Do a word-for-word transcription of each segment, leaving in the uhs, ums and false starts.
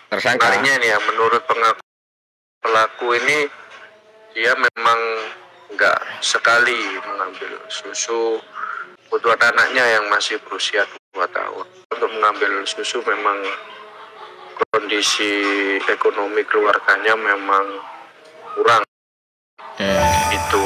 Tersangka. Menariknya ini ya, menurut pengaku pelaku ini dia memang nggak sekali mengambil susu buat anaknya yang masih berusia dua tahun. Untuk mengambil susu memang kondisi ekonomi keluarganya memang kurang. Hmm. Itu.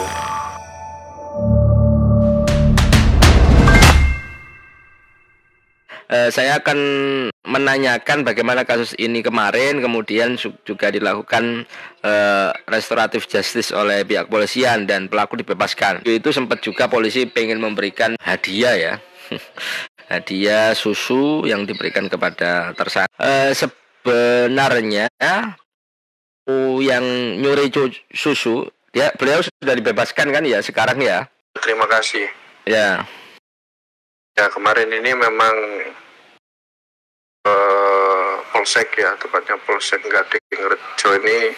Uh, saya akan menanyakan bagaimana kasus ini kemarin, kemudian juga dilakukan uh, restoratif justice oleh pihak kepolisian dan pelaku dibebaskan. Itu sempat juga polisi pengen memberikan hadiah ya, hadiah susu yang diberikan kepada tersangka. Uh, sebenarnya uh, yang nyuri susu, dia beliau sudah dibebaskan kan ya sekarang ya. Terima kasih. Ya. Ya kemarin ini memang uh, Polsek ya, tepatnya Polsek Gading Rejo ini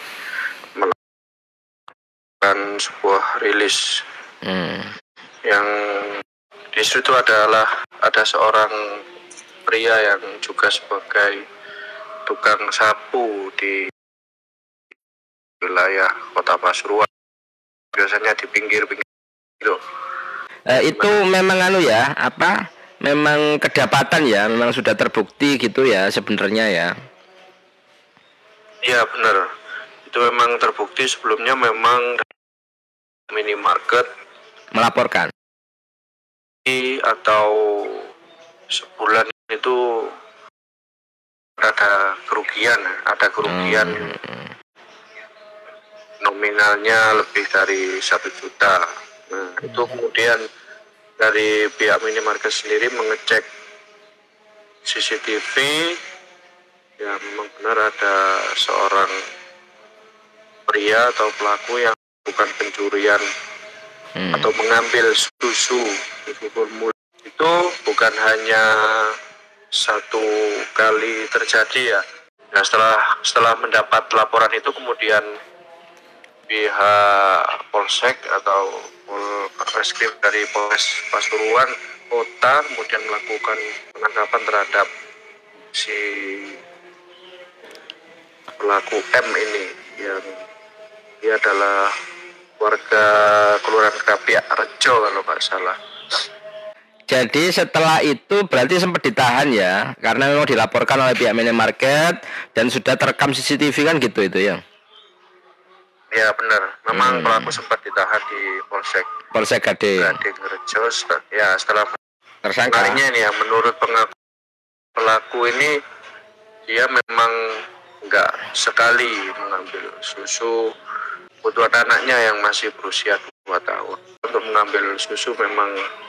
melakukan sebuah rilis hmm. yang di situ adalah ada seorang pria yang juga sebagai tukang sapu di wilayah Kota Pasuruan, biasanya di pinggir-pinggir gitu. Uh, itu memang anu ya, apa? Memang kedapatan ya, memang sudah terbukti gitu ya sebenarnya ya. Iya benar. Itu memang terbukti sebelumnya memang minimarket melaporkan. Atau sebulan itu ada kerugian, ada kerugian hmm. nominalnya lebih dari satu juta. Nah, itu kemudian dari pihak minimarket sendiri mengecek C C T V, ya memang benar ada seorang pria atau pelaku yang bukan pencurian hmm. atau mengambil susu susu formula. Itu bukan hanya satu kali terjadi ya. Nah setelah setelah mendapat laporan itu kemudian pihak Polsek atau Polreskrim dari Polres Pasuruan Kota kemudian melakukan penangkapan terhadap si pelaku M ini yang dia adalah warga Kelurahan Krapiak Rejo kalau nggak salah. Jadi setelah itu berarti sempat ditahan ya, karena memang dilaporkan oleh pihak minimarket dan sudah terekam C C T V kan gitu itu ya? Ya benar, memang hmm. pelaku sempat ditahan di Polsek Polsek Gading Gading Rejo. Ya setelah tersangka. Menariknya ini ya, menurut pengaku pelaku ini dia memang nggak sekali mengambil susu buat anaknya yang masih berusia dua tahun. Untuk mengambil susu memang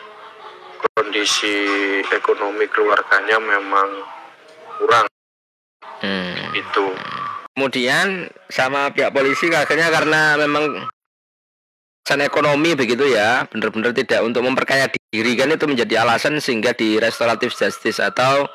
kondisi ekonomi keluarganya memang kurang. Hmm. Itu. Kemudian sama pihak polisi akhirnya karena memang alasan ekonomi begitu ya, benar-benar tidak untuk memperkaya diri kan, itu menjadi alasan sehingga di restoratif justice atau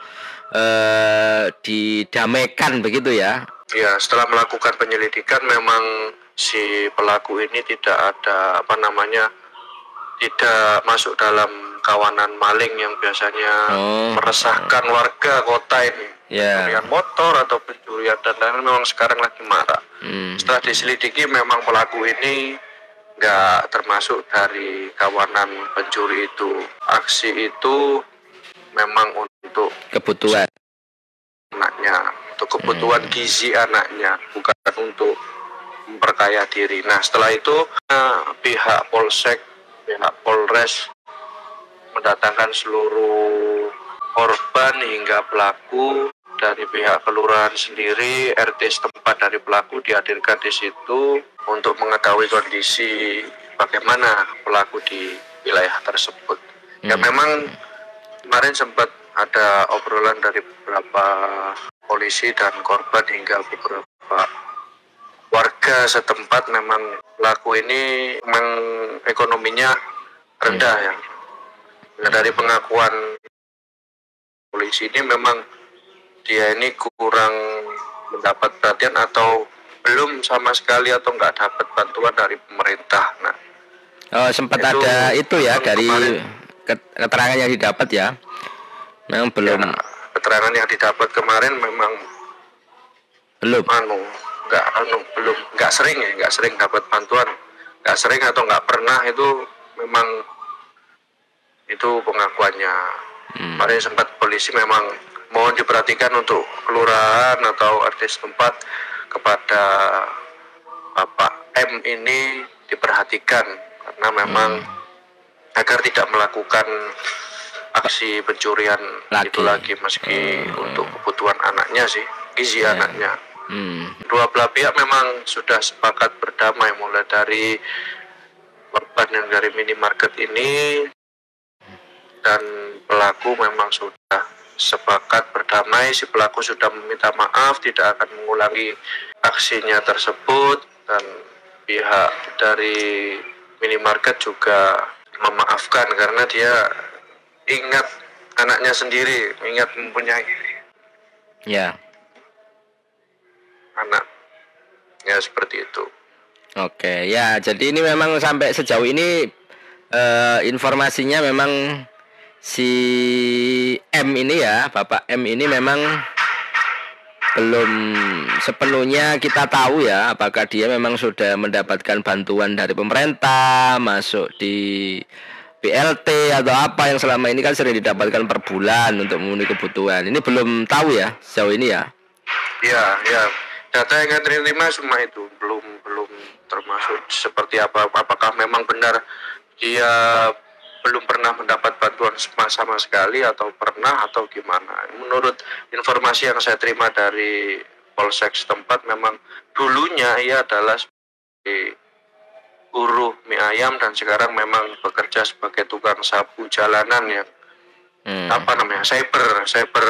eh, didamaikan begitu ya. Ya, setelah melakukan penyelidikan memang si pelaku ini tidak ada apa namanya tidak masuk dalam kawanan maling yang biasanya oh. meresahkan warga kota ini. Yeah. Pencurian motor atau pencurian dan lain-lain memang sekarang lagi marak. Hmm. Setelah diselidiki memang pelaku ini nggak termasuk dari kawanan pencuri itu. Aksi itu memang untuk kebutuhan anaknya, untuk kebutuhan hmm. gizi anaknya, bukan untuk memperkaya diri. Nah setelah itu pihak Polsek, pihak Polres mendatangkan seluruh korban hingga pelaku. Dari pihak kelurahan sendiri, R T setempat dari pelaku dihadirkan di situ untuk mengetahui kondisi bagaimana pelaku di wilayah tersebut. Hmm. Ya memang kemarin sempat ada obrolan dari beberapa polisi dan korban hingga beberapa warga setempat, memang pelaku ini memang ekonominya rendah ya. Nah, dari pengakuan polisi ini memang dia ini kurang mendapat perhatian atau belum sama sekali atau nggak dapat bantuan dari pemerintah. Nah, oh sempat itu, ada itu ya dari kemarin, keterangan yang didapat ya, memang belum. Ya, keterangan yang didapat kemarin memang Belum. anu nggak anu belum nggak sering ya nggak sering dapat bantuan, nggak sering atau nggak pernah, itu memang itu pengakuannya. Hmm. Kemarin sempat polisi memang mohon diperhatikan untuk kelurahan atau R T setempat kepada Bapak M ini diperhatikan karena memang hmm. agar tidak melakukan aksi pencurian lagi. Itu lagi meski hmm. untuk kebutuhan anaknya sih, gizi yeah. anaknya. Hmm. Dua belah pihak memang sudah sepakat berdamai, mulai dari korban yang dari minimarket ini dan pelaku memang sudah sepakat berdamai. Si pelaku sudah meminta maaf, tidak akan mengulangi aksinya tersebut, dan pihak dari minimarket juga memaafkan karena dia ingat anaknya sendiri, ingat mempunyai ya anak, ya seperti itu. Oke, ya jadi ini memang sampai sejauh ini uh, informasinya memang si M ini ya, Bapak M ini memang belum sepenuhnya kita tahu ya apakah dia memang sudah mendapatkan bantuan dari pemerintah, masuk di B L T atau apa yang selama ini kan sering didapatkan per bulan untuk memenuhi kebutuhan. Ini belum tahu ya sejauh ini ya. Iya, ya. Data yang saya terima semua itu belum belum termasuk seperti apa, apakah memang benar dia belum pernah mendapat bantuan sama sekali atau pernah atau gimana. Menurut informasi yang saya terima dari Polsek setempat, memang dulunya ia adalah sebagai buruh mie ayam dan sekarang memang bekerja sebagai tukang sapu jalanan ya. Hmm. Apa namanya? Cyber, cyber.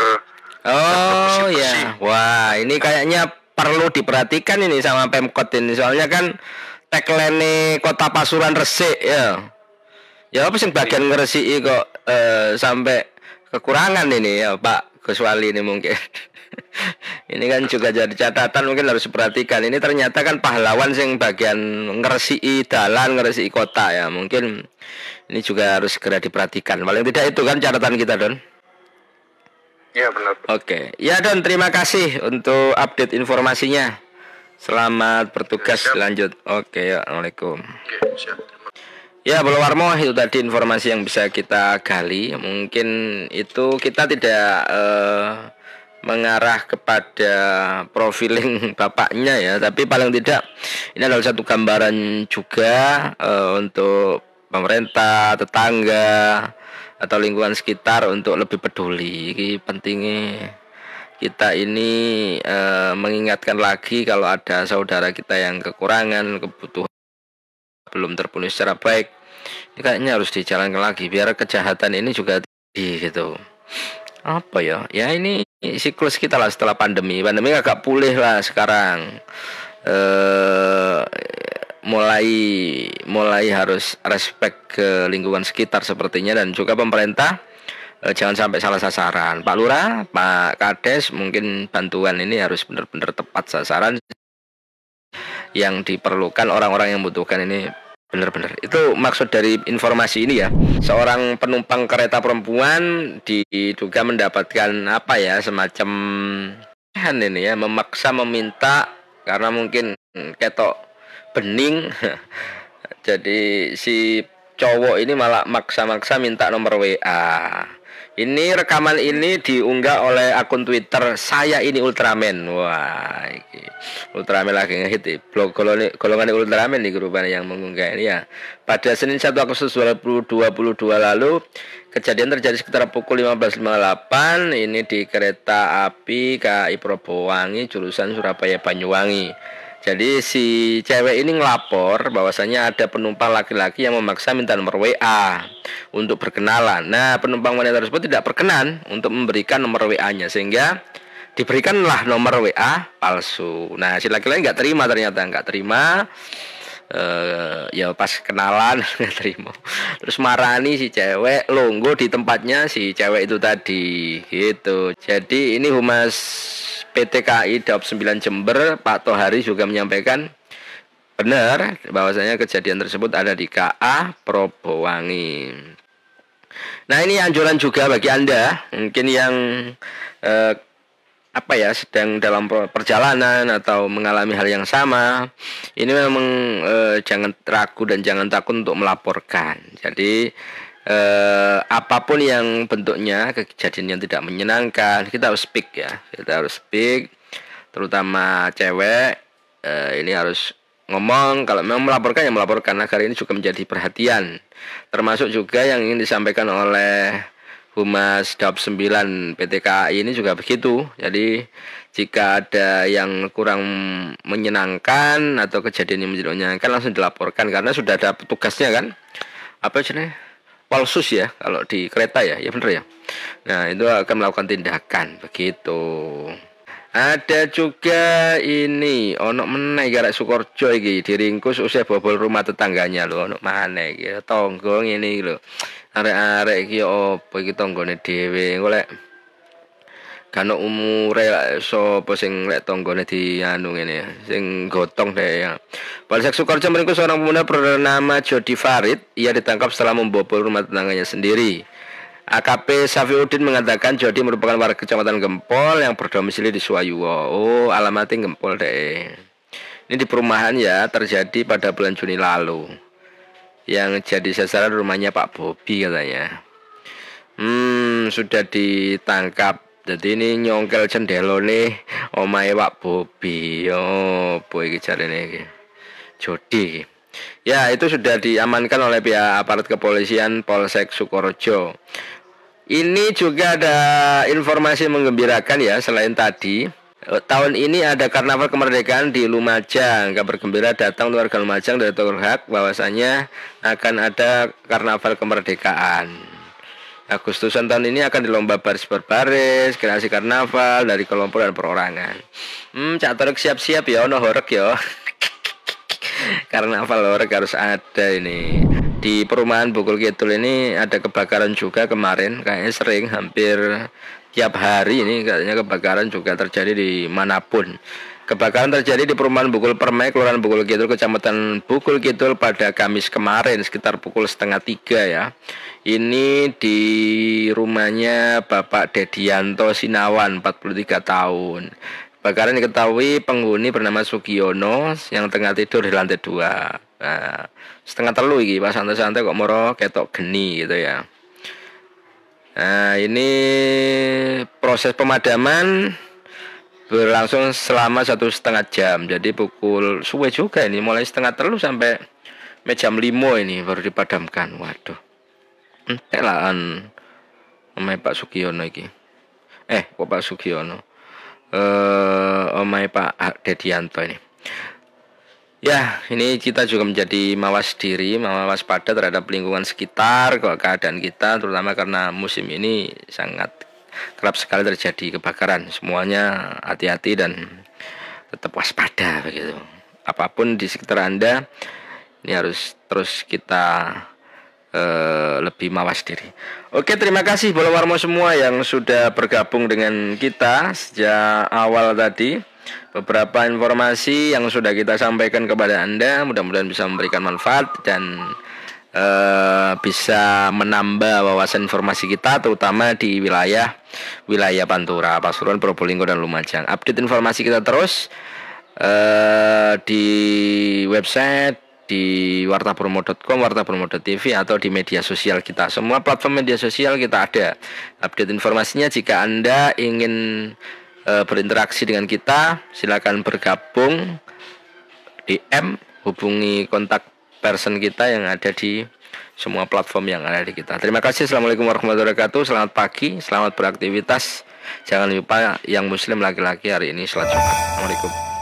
Oh ya. Wah, ini kayaknya perlu diperhatikan ini sama Pemkot ini, soalnya kan tagline Kota Pasuruan resik ya. Ya apa sih bagian ngeresiki kok eh, sampai kekurangan ini ya Pak Guswali ini mungkin. Ini kan juga jadi catatan, mungkin harus diperhatikan. Ini ternyata kan pahlawan sing bagian ngeresiki dalan, ngeresiki kota ya. Mungkin ini juga harus segera diperhatikan. Paling tidak itu kan catatan kita, Don. Iya benar. Oke, ya Don, terima kasih untuk update informasinya. Selamat bertugas ya, lanjut. Oke, ya, Assalamualaikum. Oke, siap. Ya, Bolo Warmo, itu tadi informasi yang bisa kita gali. Mungkin itu kita tidak eh, mengarah kepada profiling bapaknya ya, tapi paling tidak ini adalah satu gambaran juga eh, untuk pemerintah, tetangga atau lingkungan sekitar untuk lebih peduli. Ini pentingnya kita ini e, mengingatkan lagi kalau ada saudara kita yang kekurangan kebutuhan belum terpenuhi secara baik. Ini kayaknya harus dijalankan lagi biar kejahatan ini juga di gitu. Apa ya? Ya ini siklus kita lah setelah pandemi. Pandemi agak pulih lah sekarang. Eh mulai mulai harus respect ke lingkungan sekitar sepertinya, dan juga pemerintah eh, jangan sampai salah sasaran. Pak Lurah, Pak Kades, mungkin bantuan ini harus benar-benar tepat sasaran yang diperlukan orang-orang yang membutuhkan ini benar-benar. Itu maksud dari informasi ini ya. Seorang penumpang kereta perempuan diduga mendapatkan apa ya, semacam ini ya, memaksa meminta karena mungkin ketok bening. Jadi si cowok ini malah maksa-maksa minta nomor W A. Ini rekaman ini diunggah oleh akun Twitter Saya Ini Ultraman. Wah, ini Ultraman lagi ngehit. Blog golongan Ultraman di grupan yang mengunggah ini ya. Pada Senin satu Agustus dua ribu dua puluh dua lalu, kejadian terjadi sekitar pukul lima belas lima puluh delapan ini di kereta api K A I Probowangi jurusan Surabaya Banyuwangi. Jadi si cewek ini ngelapor bahwasanya ada penumpang laki-laki yang memaksa minta nomor W A untuk berkenalan. Nah, penumpang wanita tersebut tidak berkenan untuk memberikan nomor W A-nya, sehingga diberikanlah nomor W A palsu. Nah, si laki-laki nggak terima, ternyata nggak terima. Uh, ya pas kenalan nggak terima. Terus marani si cewek, longgo di tempatnya si cewek itu tadi gitu. Jadi ini Humas P T K I Daob sembilan Jember, Pak Tohari juga menyampaikan benar bahwasanya kejadian tersebut ada di K A Probowangi. Nah, ini anjuran juga bagi Anda mungkin yang eh, apa ya, sedang dalam perjalanan atau mengalami hal yang sama, ini memang eh, jangan ragu dan jangan takut untuk melaporkan. Jadi eh, apapun yang bentuknya kejadian yang tidak menyenangkan, kita harus speak ya, kita harus speak, terutama cewek eh, ini harus ngomong. Kalau memang melaporkan ya melaporkan agar ini juga menjadi perhatian. Termasuk juga yang ingin disampaikan oleh Humas Dap sembilan P T K A I ini juga begitu. Jadi jika ada yang kurang menyenangkan atau kejadian yang tidak menyenangkan langsung dilaporkan, karena sudah ada petugasnya kan. Apa jenis Polsus ya kalau di kereta ya, ya benar ya. Nah itu akan melakukan tindakan begitu. Ada juga ini ono meneh garek Sukorjo iki diringkus usai bobol rumah tetangganya lho, ono maneh iki tangga ngene iki lho. Arek-arek iki opo iki tanggane dhewe golek kan umure sapa sing lek tanggane dianu ngene sing gotong deh ya. Polsek Sukorjo meringkus seorang pemuda bernama Jody Farid. Ia ditangkap setelah membobol rumah tetangganya sendiri. A K P Safiuddin mengatakan Jody merupakan warga Kecamatan Gempol yang berdomisili di Suwayuwo. Oh, alamatnya Gempol deh. Ini di perumahan ya, terjadi pada bulan Juni lalu. Yang jadi sasaran rumahnya Pak Bobi katanya. Hmm, sudah ditangkap. Jadi ini nyongkel cendelo nih omahe Pak Bobi. Oh, boy jarene iki. Jody. Ya, itu sudah diamankan oleh pihak aparat kepolisian Polsek Sukorejo. Ini juga ada informasi menggembirakan ya, selain tadi. Tahun ini ada Karnaval Kemerdekaan di Lumajang. Kabar gembira datang warga Lumajang dari Togolhak bahwasanya akan ada Karnaval Kemerdekaan. Agustusan tahun ini akan dilomba baris berbaris, kreasi karnaval dari kelompok dan perorangan. Hmm, Cak Torek siap-siap ya, ono horek ya. Karnaval horek harus ada ini. Di perumahan Bukul Kidul ini ada kebakaran juga kemarin, kayaknya sering, hampir tiap hari ini katanya kebakaran juga terjadi di manapun. Kebakaran terjadi di perumahan Bukul Permai, Kelurahan Bukul Kidul, Kecamatan Bukul Kidul pada Kamis kemarin sekitar pukul setengah tiga ya. Ini di rumahnya Bapak Dedianto Sinawan, empat puluh tiga tahun. Kebakaran diketahui penghuni bernama Sugiono yang tengah tidur di lantai dua. Nah, setengah telu iki pas santai-santai kok moro ketok geni gitu ya. Nah, ini proses pemadaman berlangsung selama satu setengah jam. Jadi pukul suwe juga ini, mulai setengah telu sampai jam lima ini baru dipadamkan. Waduh. Entelaan omahe Pak Sugiono iki. Eh, kok Pak Sugiono? Eh, omahe Pak Dedianto ini. Ya, ini kita juga menjadi mawas diri, mawas pada terhadap lingkungan sekitar, keadaan kita, terutama karena musim ini sangat kerap sekali terjadi kebakaran. Semuanya hati-hati dan tetap waspada begitu. Apapun di sekitar Anda, ini harus terus kita uh, lebih mawas diri. Oke, terima kasih Bola Warmo semua yang sudah bergabung dengan kita sejak awal tadi. Beberapa informasi yang sudah kita sampaikan kepada Anda mudah-mudahan bisa memberikan manfaat dan uh, bisa menambah wawasan informasi kita, terutama di wilayah wilayah Pantura, Pasuruan, Probolinggo dan Lumajang. Update informasi kita terus uh, di website, di wartabromo dot com, wartabromo dot t v atau di media sosial kita. Semua platform media sosial kita ada. Update informasinya. Jika Anda ingin berinteraksi dengan kita, silakan bergabung, D M, hubungi kontak person kita yang ada di semua platform yang ada di kita. Terima kasih. Assalamualaikum warahmatullahi wabarakatuh. Selamat pagi, selamat beraktivitas. Jangan lupa yang muslim laki-laki hari ini sholat Jumat. Assalamualaikum.